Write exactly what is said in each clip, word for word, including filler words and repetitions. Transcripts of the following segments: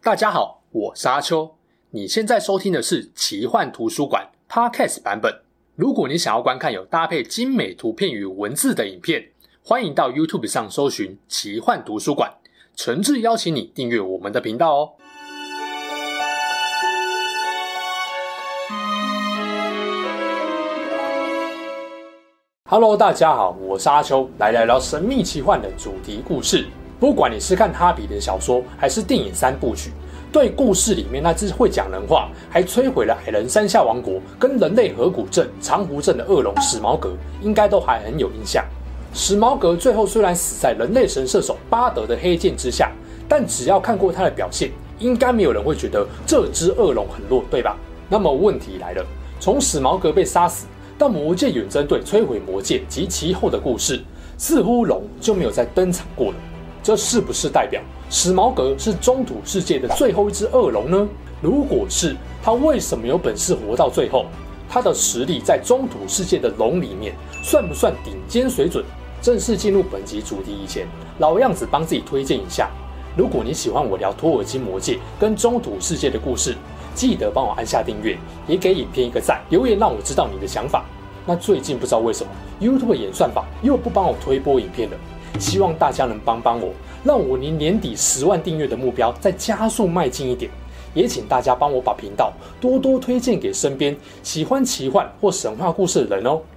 大家好，我是阿秋。你现在收听的是奇幻图书馆 Podcast 版本。如果你想要观看有搭配精美图片与文字的影片，欢迎到 YouTube 上搜寻奇幻图书馆，诚挚邀请你订阅我们的频道哦。Hello， 大家好，我是阿秋，来聊聊神秘奇幻的主题故事。不管你是看哈比人小说还是电影三部曲，对故事里面那只会讲人话还摧毁了矮人山下王国跟人类河谷镇长湖镇的恶龙史矛革应该都还很有印象。史矛革最后虽然死在人类神射手巴德的黑剑之下，但只要看过他的表现，应该没有人会觉得这只恶龙很弱，对吧？那么问题来了，从史矛革被杀死到魔界远征队摧毁魔界及其后的故事，似乎龙就没有再登场过了。这是不是代表史矛革是中土世界的最后一只恶龙呢？如果是，他为什么有本事活到最后？他的实力在中土世界的龙里面算不算顶尖水准？正式进入本集主题以前，老样子帮自己推荐一下。如果你喜欢我聊托尔金魔界跟中土世界的故事，记得帮我按下订阅，也给影片一个赞，留言让我知道你的想法。那最近不知道为什么 YouTube 演算法又不帮我推播影片了，希望大家能帮帮我，让我离年底十万订阅的目标再加速迈进一点。也请大家帮我把频道多多推荐给身边喜欢奇幻或神话故事的人哦。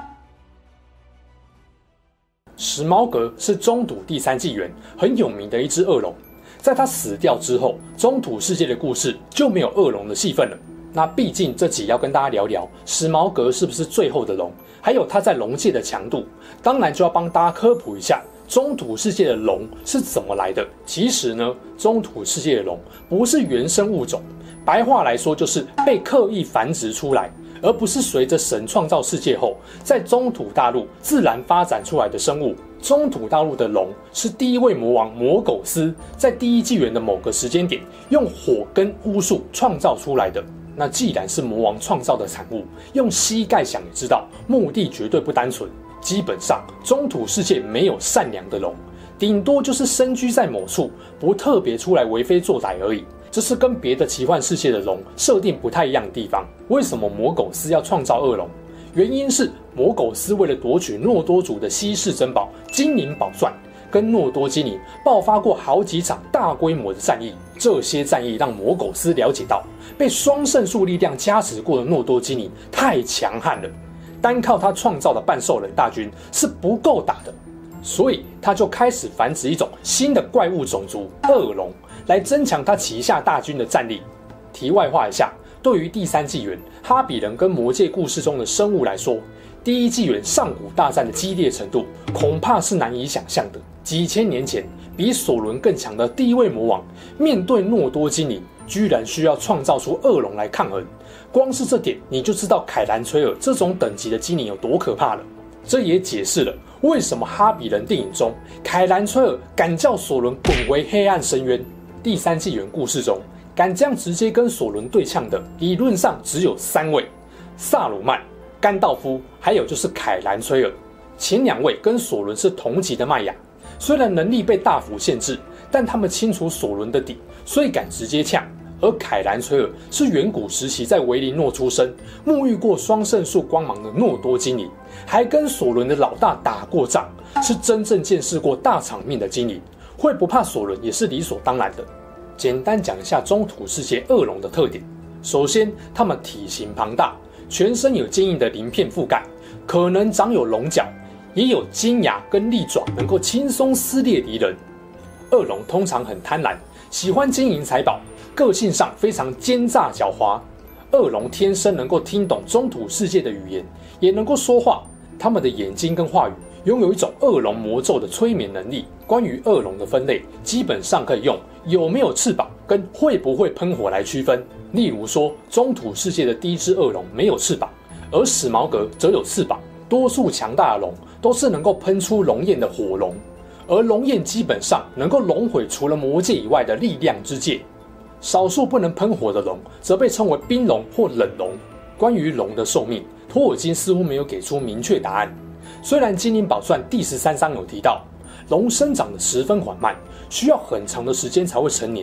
史矛革是中土第三纪元很有名的一只恶龙，在他死掉之后，中土世界的故事就没有恶龙的戏份了。那毕竟这集要跟大家聊聊史矛革是不是最后的龙，还有他在龙界的强度，当然就要帮大家科普一下中土世界的龙是怎么来的。其实呢，中土世界的龙不是原生物种，白话来说就是被刻意繁殖出来，而不是随着神创造世界后在中土大陆自然发展出来的生物。中土大陆的龙是第一位魔王魔苟斯在第一纪元的某个时间点用火跟巫术创造出来的。那既然是魔王创造的产物，用膝盖想也知道目的绝对不单纯。基本上中土世界没有善良的龙，顶多就是身居在某处，不特别出来为非作歹而已。这是跟别的奇幻世界的龙设定不太一样的地方。为什么魔苟斯要创造恶龙？原因是魔苟斯为了夺取诺多族的稀世珍宝精灵宝钻，跟诺多精灵爆发过好几场大规模的战役。这些战役让魔苟斯了解到，被双圣树力量加持过的诺多精灵太强悍了，单靠他创造的半兽人大军是不够打的，所以他就开始繁殖一种新的怪物种族恶龙，来增强他旗下大军的战力。题外话一下，对于第三纪元哈比人跟魔界故事中的生物来说，第一纪元上古大战的激烈程度恐怕是难以想象的。几千年前，比索伦更强的第一位魔王面对诺多精灵，居然需要创造出恶龙来抗衡。光是这点你就知道凯兰崔尔这种等级的精灵有多可怕了。这也解释了为什么哈比人电影中凯兰崔尔敢叫索伦滚回黑暗深渊。第三纪元故事中，敢这样直接跟索伦对呛的理论上只有三位：萨鲁曼、甘道夫，还有就是凯兰崔尔。前两位跟索伦是同级的麦雅，虽然能力被大幅限制，但他们清楚索伦的底，所以敢直接呛。而凯兰崔尔是远古时期在维林诺出生，沐浴过双圣树光芒的诺多精灵，还跟索伦的老大打过仗，是真正见识过大场面的精灵，会不怕索伦也是理所当然的。简单讲一下中土世界恶龙的特点。首先，它们体型庞大，全身有坚硬的鳞片覆盖，可能长有龙角，也有尖牙跟利爪，能够轻松撕裂敌人。恶龙通常很贪婪，喜欢金银财宝，个性上非常奸诈狡猾。恶龙天生能够听懂中土世界的语言，也能够说话。他们的眼睛跟话语拥有一种恶龙魔咒的催眠能力。关于恶龙的分类，基本上可以用有没有翅膀跟会不会喷火来区分。例如说，中土世界的第一只恶龙没有翅膀，而史矛革则有翅膀。多数强大的龙都是能够喷出龙焰的火龙，而龙焰基本上能够熔毁除了魔界以外的力量之界。少数不能喷火的龙则被称为冰龙或冷龙。关于龙的寿命，托尔金似乎没有给出明确答案。虽然精灵宝钻第十三章有提到，龙生长得十分缓慢，需要很长的时间才会成年，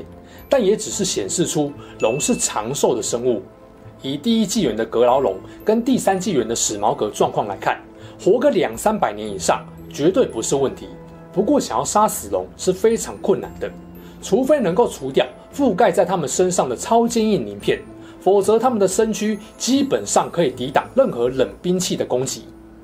但也只是显示出龙是长寿的生物。以第一纪元的阁劳龙跟第三纪元的史矛革状况来看，活个两三百年以上绝对不是问题。不过想要杀死龙是非常困难的，除非能够除掉覆盖在他们身上的超坚硬鳞片，否则他们的身躯基本上可以抵挡任何冷兵器的攻击。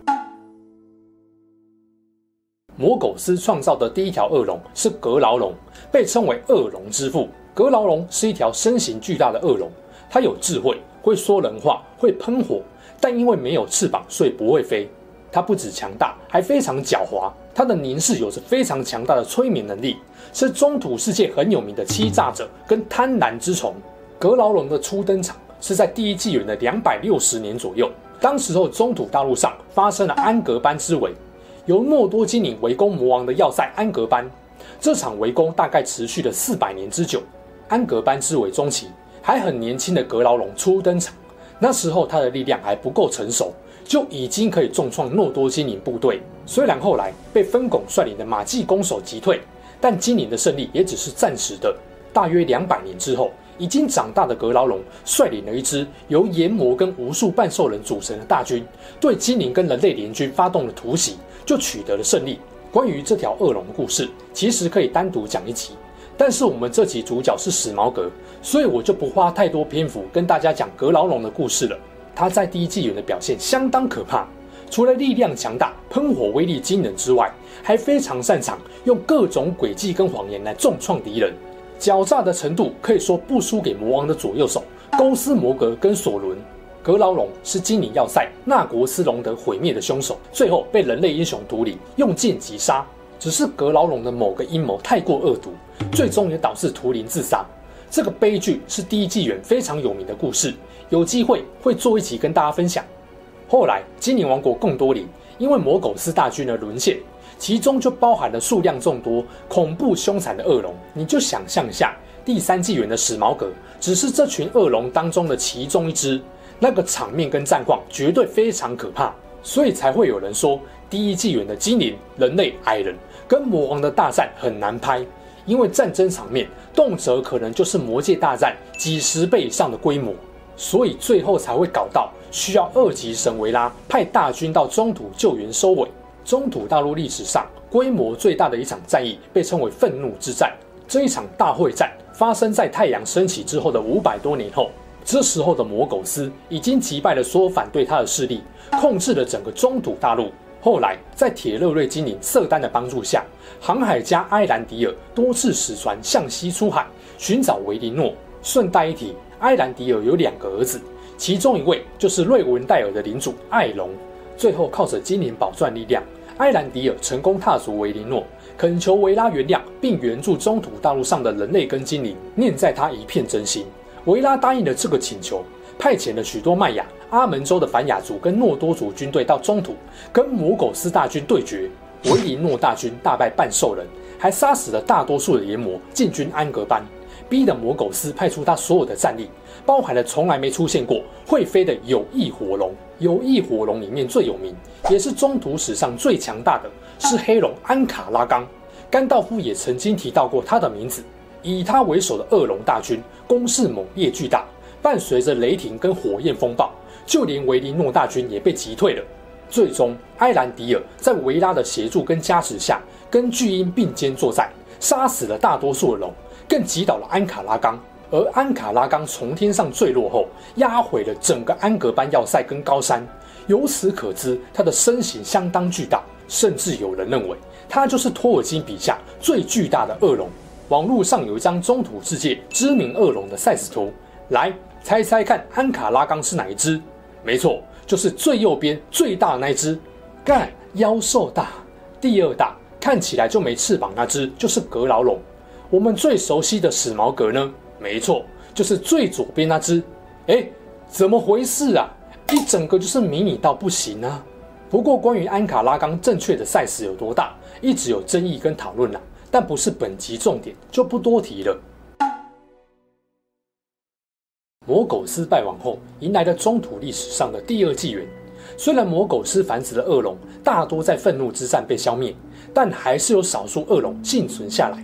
魔苟斯创造的第一条恶龙是阁劳龙，被称为恶龙之父。阁劳龙是一条身形巨大的恶龙，它有智慧，会说人话，会喷火，但因为没有翅膀，所以不会飞。它不止强大，还非常狡猾。它的凝视有着非常强大的催眠能力，是中土世界很有名的欺诈者跟贪婪之虫。阁劳龙的初登场是在第一纪元的两百六十年左右，当时候中土大陆上发生了安格班之围，由诺多精灵围攻魔王的要塞安格班。这场围攻大概持续了四百年之久。安格班之围中期，还很年轻的阁劳龙初登场，那时候他的力量还不够成熟，就已经可以重创诺多精灵部队。虽然后来被分拱率领的马祭弓手击退，但精灵的胜利也只是暂时的。大约两百年之后，已经长大的阁劳龙率领了一支由炎魔跟无数半兽人组成的大军，对精灵跟人类联军发动了突袭，就取得了胜利。关于这条恶龙的故事，其实可以单独讲一集，但是我们这集主角是史矛革，所以我就不花太多篇幅跟大家讲阁劳龙的故事了。他在第一纪元的表现相当可怕，除了力量强大、喷火威力惊人之外，还非常擅长用各种诡计跟谎言来重创敌人，狡诈的程度可以说不输给魔王的左右手勾斯摩格跟索伦。阁劳龙是精灵要塞纳国斯隆德毁灭的凶手，最后被人类英雄图里用剑击杀。只是阁劳龙的某个阴谋太过恶毒，最终也导致图灵自杀。这个悲剧是第一纪元非常有名的故事，有机会会做一集跟大家分享。后来精灵王国贡多林因为魔苟斯大军而沦陷，其中就包含了数量众多、恐怖凶残的恶龙。你就想象一下，第三纪元的史矛革只是这群恶龙当中的其中一只，那个场面跟战况绝对非常可怕，所以才会有人说第一纪元的精灵、人类、矮人跟魔王的大战很难拍，因为战争场面动辄可能就是魔界大战几十倍以上的规模，所以最后才会搞到需要二级神维拉派大军到中土救援收尾。中土大陆历史上规模最大的一场战役被称为愤怒之战，这一场大会战发生在太阳升起之后的五百多年后。这时候的魔苟斯已经击败了所有反对他的势力，控制了整个中土大陆。后来在铁勒瑞精灵瑟丹的帮助下，航海家埃兰迪尔多次使船向西出海寻找维林诺。顺带一提，埃兰迪尔有两个儿子，其中一位就是瑞文戴尔的领主艾隆。最后靠着精灵宝钻力量，埃兰迪尔成功踏足维林诺，恳求维拉原谅，并援助中土大陆上的人类跟精灵，念在他一片真心。维拉答应了这个请求，派遣了许多麦雅、阿门州的反雅族跟诺多族军队到中土，跟魔苟斯大军对决。维林诺大军大败半兽人，还杀死了大多数的炎魔，进军安格班，逼得魔苟斯派出他所有的战力，包含了从来没出现过会飞的有翼火龙。有翼火龙里面最有名，也是中土史上最强大的，是黑龙安卡拉冈。甘道夫也曾经提到过他的名字。以他为首的恶龙大军攻势猛烈巨大，伴随着雷霆跟火焰风暴，就连维林诺大军也被击退了。最终，埃兰迪尔在维拉的协助跟加持下，跟巨鹰并肩作战，杀死了大多数的龙，更击倒了安卡拉冈。而安卡拉冈从天上坠落后，压毁了整个安格班要塞跟高山。由此可知，他的身形相当巨大，甚至有人认为他就是托尔金笔下最巨大的恶龙。网络上有一张中土世界知名恶龙的 size 图，来猜猜看安卡拉冈是哪一只？没错，就是最右边最大的那一只。干，妖兽大。第二大看起来就没翅膀那只就是阁劳龙。我们最熟悉的史矛革呢？没错，就是最左边那只。哎，怎么回事啊？一整个就是迷你到不行啊！不过关于安卡拉冈正确的 size 有多大，一直有争议跟讨论啦。但不是本集重点，就不多提了。魔苟斯败亡后，迎来了中土历史上的第二纪元。虽然魔苟斯繁殖的恶龙大多在愤怒之战被消灭，但还是有少数恶龙幸存下来。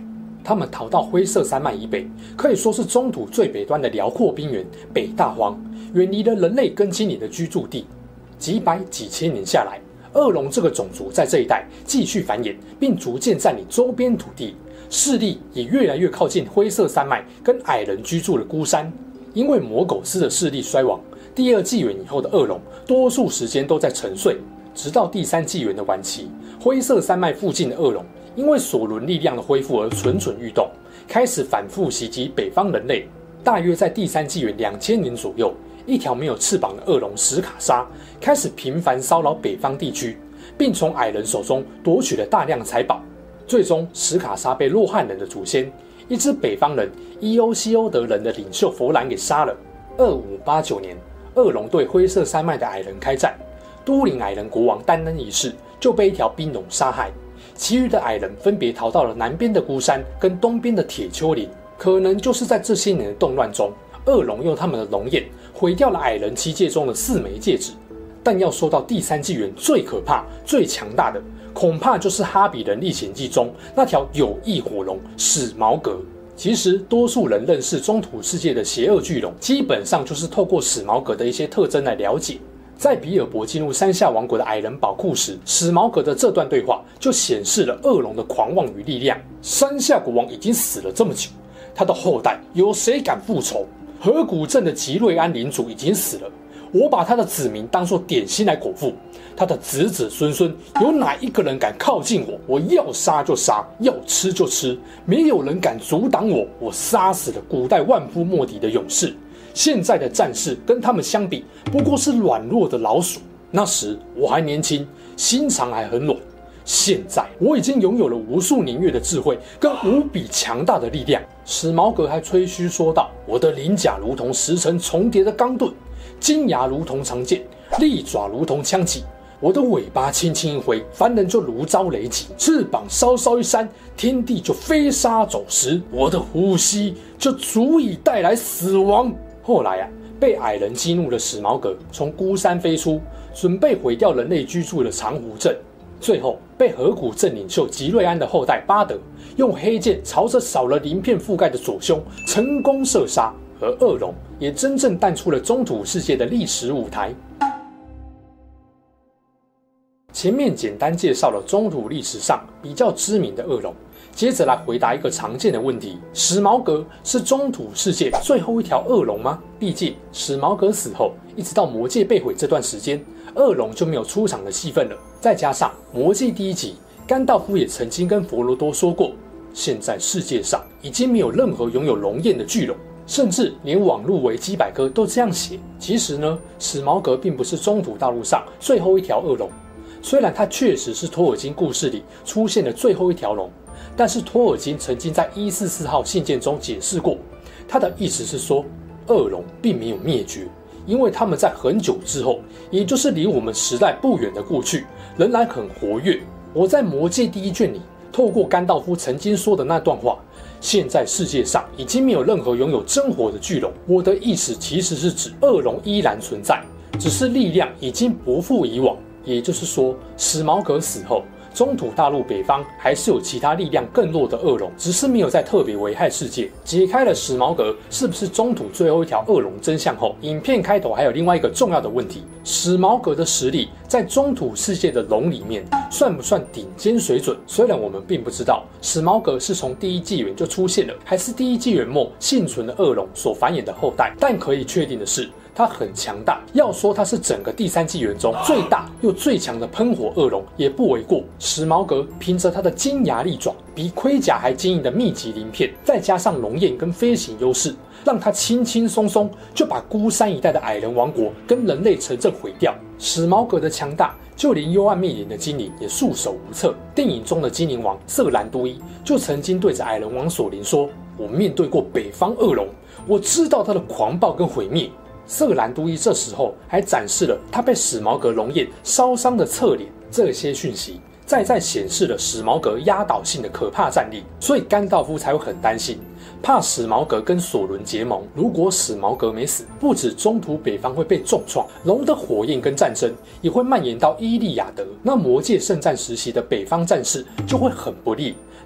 他们逃到灰色山脉以北，可以说是中土最北端的辽阔冰原北大荒，远离了人类跟亲你的居住地。几百几千年下来，恶龙这个种族在这一带继续繁衍，并逐渐占领周边土地，势力也越来越靠近灰色山脉跟矮人居住的孤山。因为魔苟斯的势力衰亡，第二纪元以后的恶龙多数时间都在沉睡，直到第三纪元的晚期，灰色山脉附近的恶龙因为索伦力量的恢复而蠢蠢欲动，开始反复袭击北方人类。大约在第三纪元两千年左右，一条没有翅膀的恶龙史卡莎开始频繁骚扰北方地区，并从矮人手中夺取了大量财宝。最终，史卡莎被洛汗人的祖先，一支北方人伊欧西欧德人的领袖弗兰给杀了。二五八九年，恶龙对灰色山脉的矮人开战，都灵矮人国王丹恩一世就被一条冰龙杀害。其余的矮人分别逃到了南边的孤山跟东边的铁丘陵。可能就是在这些年的动乱中，恶龙用他们的龙焰毁掉了矮人七戒中的四枚戒指。但要说到第三纪元最可怕、最强大的，恐怕就是《哈比人历险记》中那条有翼火龙史矛革。其实，多数人认识中土世界的邪恶巨龙，基本上就是透过史矛革的一些特征来了解。在比尔博进入山下王国的矮人宝库时，史矛革的这段对话就显示了恶龙的狂妄与力量。山下国王已经死了这么久，他的后代有谁敢复仇？河谷镇的吉瑞安领主已经死了，我把他的子民当作点心来果腹，他的子子孙孙有哪一个人敢靠近我？我要杀就杀，要吃就吃，没有人敢阻挡我。我杀死了古代万夫莫敌的勇士，现在的战士跟他们相比，不过是软弱的老鼠。那时我还年轻，心肠还很软。现在我已经拥有了无数年月的智慧跟无比强大的力量。史矛革还吹嘘说道：“我的鳞甲如同石层重叠的钢盾，金牙如同长剑，利爪如同枪戟。我的尾巴轻轻一挥，凡人就如遭雷击；翅膀稍稍一扇，天地就飞沙走石。我的呼吸就足以带来死亡。”后来啊，被矮人激怒的史矛革从孤山飞出，准备毁掉人类居住的长湖镇。最后被河谷镇领袖吉瑞安的后代巴德用黑剑朝着少了鳞片覆盖的左胸成功射杀，而恶龙也真正淡出了中土世界的历史舞台。前面简单介绍了中土历史上比较知名的恶龙，接着来回答一个常见的问题：史矛革是中土世界最后一条恶龙吗？毕竟史矛革死后，一直到魔戒被毁这段时间，恶龙就没有出场的戏份了。再加上魔戒第一集，甘道夫也曾经跟佛罗多说过，现在世界上已经没有任何拥有龙焰的巨龙，甚至连网络维基百科都这样写。其实呢，史矛革并不是中土大陆上最后一条恶龙，虽然它确实是托尔金故事里出现的最后一条龙，但是托尔金曾经在一四四号信件中解释过，他的意思是说，恶龙并没有灭绝，因为他们在很久之后，也就是离我们时代不远的过去，仍然很活跃。我在魔戒第一卷里透过甘道夫曾经说的那段话，现在世界上已经没有任何拥有真火的巨龙。我的意思其实是指恶龙依然存在，只是力量已经不复以往。也就是说，史矛革死后，中土大陆北方还是有其他力量更弱的恶龙，只是没有再特别危害世界。解开了史矛革是不是中土最后一条恶龙真相后，影片开头还有另外一个重要的问题：史矛革的实力在中土世界的龙里面算不算顶尖水准？虽然我们并不知道史矛革是从第一纪元就出现了，还是第一纪元末幸存的恶龙所繁衍的后代，但可以确定的是，它很强大。要说它是整个第三纪元中最大又最强的喷火恶龙也不为过。史矛革凭着它的金牙利爪、比盔甲还坚硬的密集鳞片，再加上龙焰跟飞行优势，让它轻轻松松就把孤山一带的矮人王国跟人类城镇毁掉。史矛革的强大，就连幽暗密林的精灵也束手无策。电影中的精灵王瑟兰都伊就曾经对着矮人王索林说：“我面对过北方恶龙，我知道它的狂暴跟毁灭。”瑟兰都伊这时候还展示了他被史矛革龙焰烧伤的侧脸，这些讯息再再显示了史矛革压倒性的可怕战力，所以甘道夫才会很担心，怕史矛革跟索伦结盟。如果史矛革没死，不止中土北方会被重创，龙的火焰跟战争也会蔓延到伊利亚德，那魔界圣战时期的北方战事就会很不利。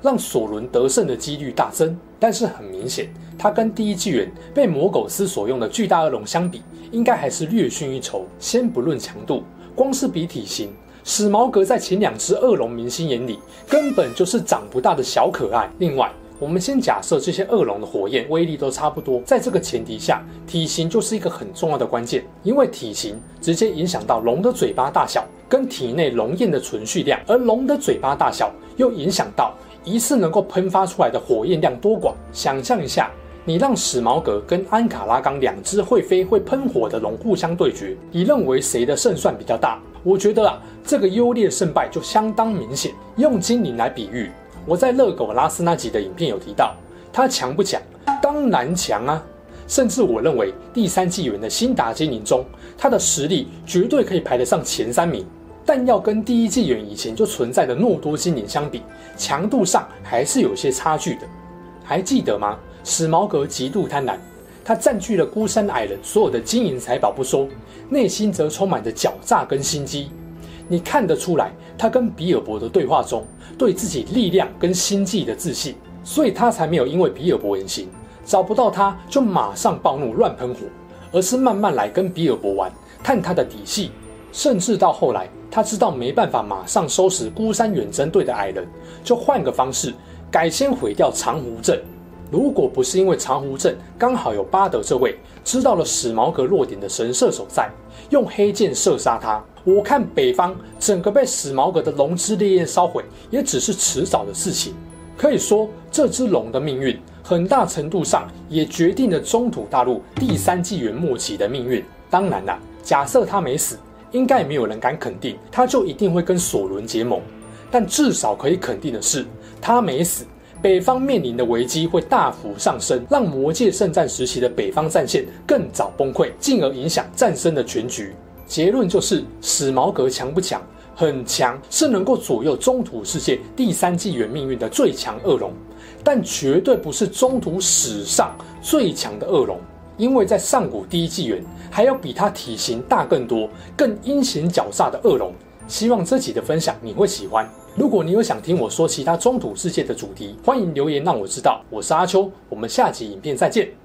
让索伦得胜的几率大增。但是很明显，他跟第一纪元被魔苟斯所用的巨大恶龙相比，应该还是略逊一筹。先不论强度，光是比体型，史矛革在前两只恶龙明星眼里根本就是长不大的小可爱。另外，我们先假设这些恶龙的火焰威力都差不多，在这个前提下，体型就是一个很重要的关键，因为体型直接影响到龙的嘴巴大小跟体内龙焰的存续量，而龙的嘴巴大小又影响到一次能够喷发出来的火焰量多寡。想象一下，你让史矛革跟安卡拉冈两只会飞会喷火的龙互相对决，你认为谁的胜算比较大？我觉得啊，这个优劣胜败就相当明显。用精灵来比喻，我在热狗拉斯那集的影片有提到，他强不强？当然强啊！甚至我认为第三纪元的辛达精灵中，他的实力绝对可以排得上前三名。但要跟第一纪元以前就存在的诺多精灵相比，强度上还是有些差距的。还记得吗？史矛革极度贪婪，他占据了孤山矮人所有的金银财宝不说，内心则充满着狡诈跟心机。你看得出来，他跟比尔博的对话中对自己力量跟心计的自信，所以他才没有因为比尔博言行找不到他就马上暴怒乱喷火，而是慢慢来跟比尔博玩，探他的底细。甚至到后来，他知道没办法马上收拾孤山远征队的矮人，就换个方式，改先毁掉长湖镇。如果不是因为长湖镇刚好有巴德这位知道了史矛革弱点的神射手在，用黑箭射杀他，我看北方整个被史矛革的龙之烈焰烧毁也只是迟早的事情。可以说，这只龙的命运很大程度上也决定了中土大陆第三纪元末期的命运。当然啦，假设他没死，应该也没有人敢肯定他就一定会跟索伦结盟。但至少可以肯定的是，他没死，北方面临的危机会大幅上升，让魔界圣战时期的北方战线更早崩溃，进而影响战争的全局。结论就是，史矛革强不强？很强，是能够左右中土世界第三纪元命运的最强恶龙，但绝对不是中土史上最强的恶龙，因为在上古第一纪元还有比他体型大更多、更阴险狡诈的恶龙。希望这集的分享你会喜欢。如果你有想听我说其他中土世界的主题，欢迎留言让我知道。我是阿秋，我们下集影片再见。